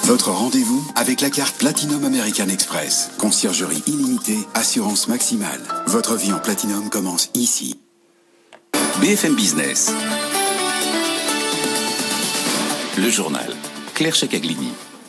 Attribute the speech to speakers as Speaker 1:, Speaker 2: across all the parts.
Speaker 1: Votre rendez-vous avec la carte Platinum American Express. Conciergerie illimitée, assurance maximale. Votre vie en Platinum commence ici. BFM Business. Le journal. Claire Chakaglini.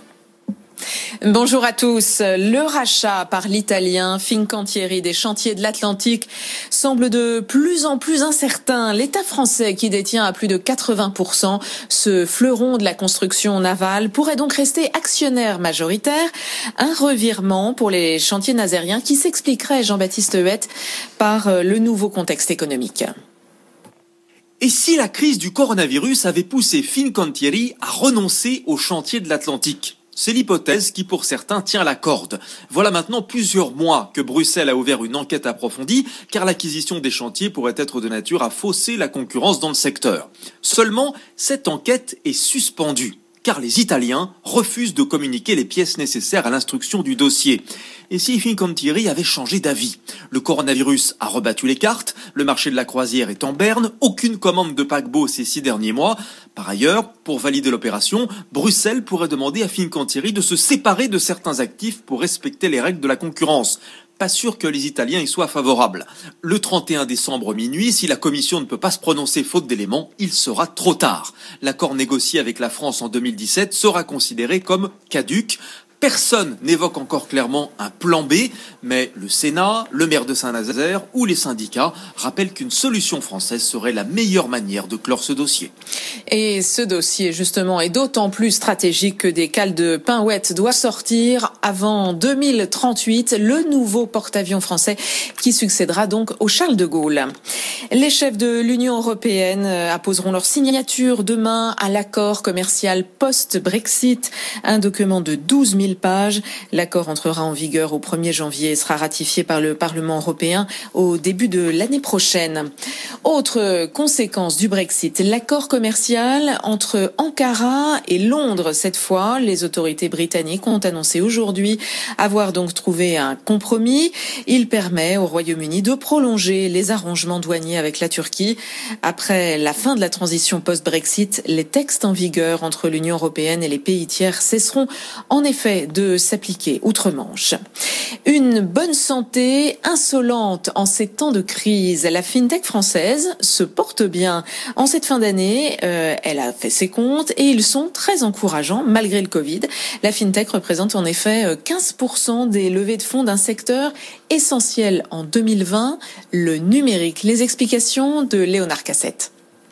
Speaker 2: Bonjour à tous. Le rachat par l'italien Fincantieri des chantiers de l'Atlantique semble de plus en plus incertain. L'État français, qui détient à plus de 80% ce fleuron de la construction navale, pourrait donc rester actionnaire majoritaire. Un revirement pour les chantiers nazériens qui s'expliquerait, Jean-Baptiste Huette, par le nouveau contexte économique.
Speaker 3: Et si la crise du coronavirus avait poussé Fincantieri à renoncer aux chantiers de l'Atlantique ? C'est l'hypothèse qui, pour certains, tient la corde. Voilà maintenant plusieurs mois que Bruxelles a ouvert une enquête approfondie, car l'acquisition des chantiers pourrait être de nature à fausser la concurrence dans le secteur. Seulement, cette enquête est suspendue, car les Italiens refusent de communiquer les pièces nécessaires à l'instruction du dossier. Et si Fincantieri avait changé d'avis ? Le coronavirus a rebattu les cartes, le marché de la croisière est en berne, aucune commande de paquebot ces 6 derniers mois. Par ailleurs, pour valider l'opération, Bruxelles pourrait demander à Fincantieri de se séparer de certains actifs pour respecter les règles de la concurrence. Pas sûr que les Italiens y soient favorables. Le 31 décembre minuit, si la Commission ne peut pas se prononcer faute d'éléments, il sera trop tard. L'accord négocié avec la France en 2017 sera considéré comme caduc. Personne n'évoque encore clairement un plan B, mais le Sénat, le maire de Saint-Nazaire ou les syndicats rappellent qu'une solution française serait la meilleure manière de clore ce dossier.
Speaker 2: Et ce dossier, justement, est d'autant plus stratégique que des cales de Pinouette doivent sortir avant 2038, le nouveau porte-avions français qui succédera donc au Charles de Gaulle. Les chefs de l'Union européenne apposeront leur signature demain à l'accord commercial post-Brexit, un document de 12 000 pages. L'accord entrera en vigueur au 1er janvier et sera ratifié par le Parlement européen au début de l'année prochaine. Autre conséquence du Brexit, l'accord commercial entre Ankara et Londres. Cette fois, les autorités britanniques ont annoncé aujourd'hui avoir donc trouvé un compromis. Il permet au Royaume-Uni de prolonger les arrangements douaniers avec la Turquie. Après la fin de la transition post-Brexit, les textes en vigueur entre l'Union européenne et les pays tiers cesseront en effet de s'appliquer outre-Manche. Une bonne santé insolente en ces temps de crise. La FinTech française se porte bien. En cette fin d'année, elle a fait ses comptes et ils sont très encourageants malgré le Covid. La FinTech représente en effet 15% des levées de fonds d'un secteur essentiel en 2020, le numérique. Les explications de Léonard Cassette.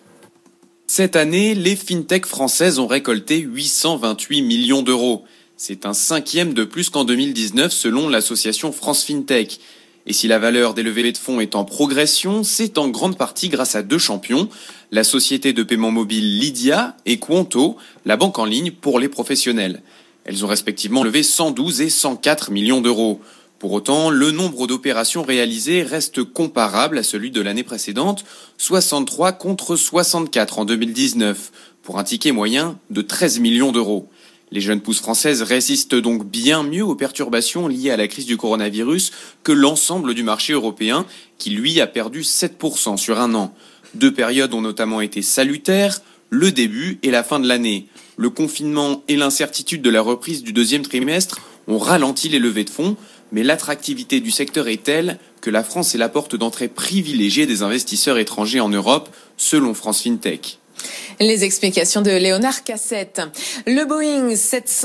Speaker 4: Cette année, les FinTech françaises ont récolté 828 millions d'euros. C'est un 5e de plus qu'en 2019 selon l'association France FinTech. Et si la valeur des levées de fonds est en progression, c'est en grande partie grâce à 2 champions, la société de paiement mobile Lydia et Quanto, la banque en ligne pour les professionnels. Elles ont respectivement levé 112 et 104 millions d'euros. Pour autant, le nombre d'opérations réalisées reste comparable à celui de l'année précédente, 63 contre 64 en 2019, pour un ticket moyen de 13 millions d'euros. Les jeunes pousses françaises résistent donc bien mieux aux perturbations liées à la crise du coronavirus que l'ensemble du marché européen, qui lui a perdu 7% sur un an. 2 périodes ont notamment été salutaires, le début et la fin de l'année. Le confinement et l'incertitude de la reprise du 2e trimestre ont ralenti les levées de fonds, mais l'attractivité du secteur est telle que la France est la porte d'entrée privilégiée des investisseurs étrangers en Europe, selon France FinTech.
Speaker 2: Les explications de Léonard Cassette. Le Boeing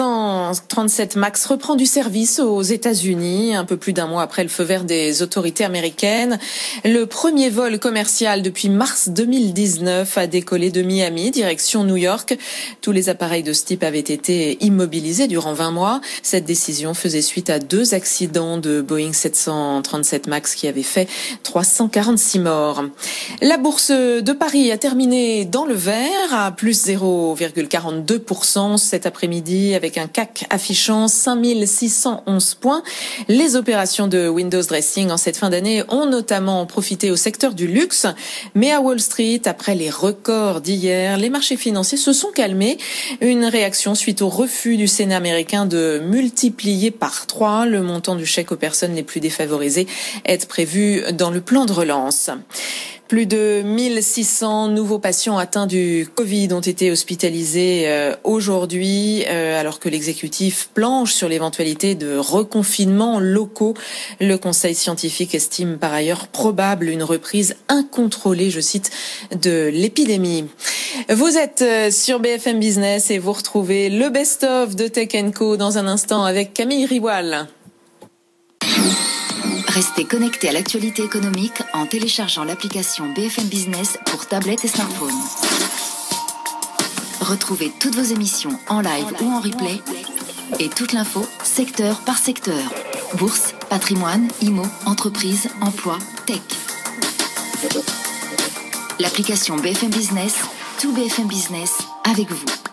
Speaker 2: 737 MAX reprend du service aux États-Unis, un peu plus d'un mois après le feu vert des autorités américaines. Le premier vol commercial depuis mars 2019 a décollé de Miami, direction New York. Tous les appareils de ce type avaient été immobilisés durant 20 mois. Cette décision faisait suite à 2 accidents de Boeing 737 MAX qui avaient fait 346 morts. La bourse de Paris a terminé dans le vert, à plus 0,42% cet après-midi, avec un CAC affichant 5611 points. Les opérations de window dressing en cette fin d'année ont notamment profité au secteur du luxe, mais à Wall Street, après les records d'hier, les marchés financiers se sont calmés. Une réaction suite au refus du Sénat américain de multiplier par 3 le montant du chèque aux personnes les plus défavorisées, est prévu dans le plan de relance. Plus de 1600 nouveaux patients atteints du Covid ont été hospitalisés aujourd'hui, alors que l'exécutif planche sur l'éventualité de reconfinements locaux. Le conseil scientifique estime par ailleurs probable une reprise incontrôlée, je cite, de l'épidémie. Vous êtes sur BFM Business et vous retrouvez le best-of de Tech & Co dans un instant avec Camille Riwal.
Speaker 5: Restez connectés à l'actualité économique en téléchargeant l'application BFM Business pour tablette et smartphone. Retrouvez toutes vos émissions en live ou en replay et toute l'info secteur par secteur. Bourse, patrimoine, IMO, entreprise, emploi, tech. L'application BFM Business, tout BFM Business avec vous.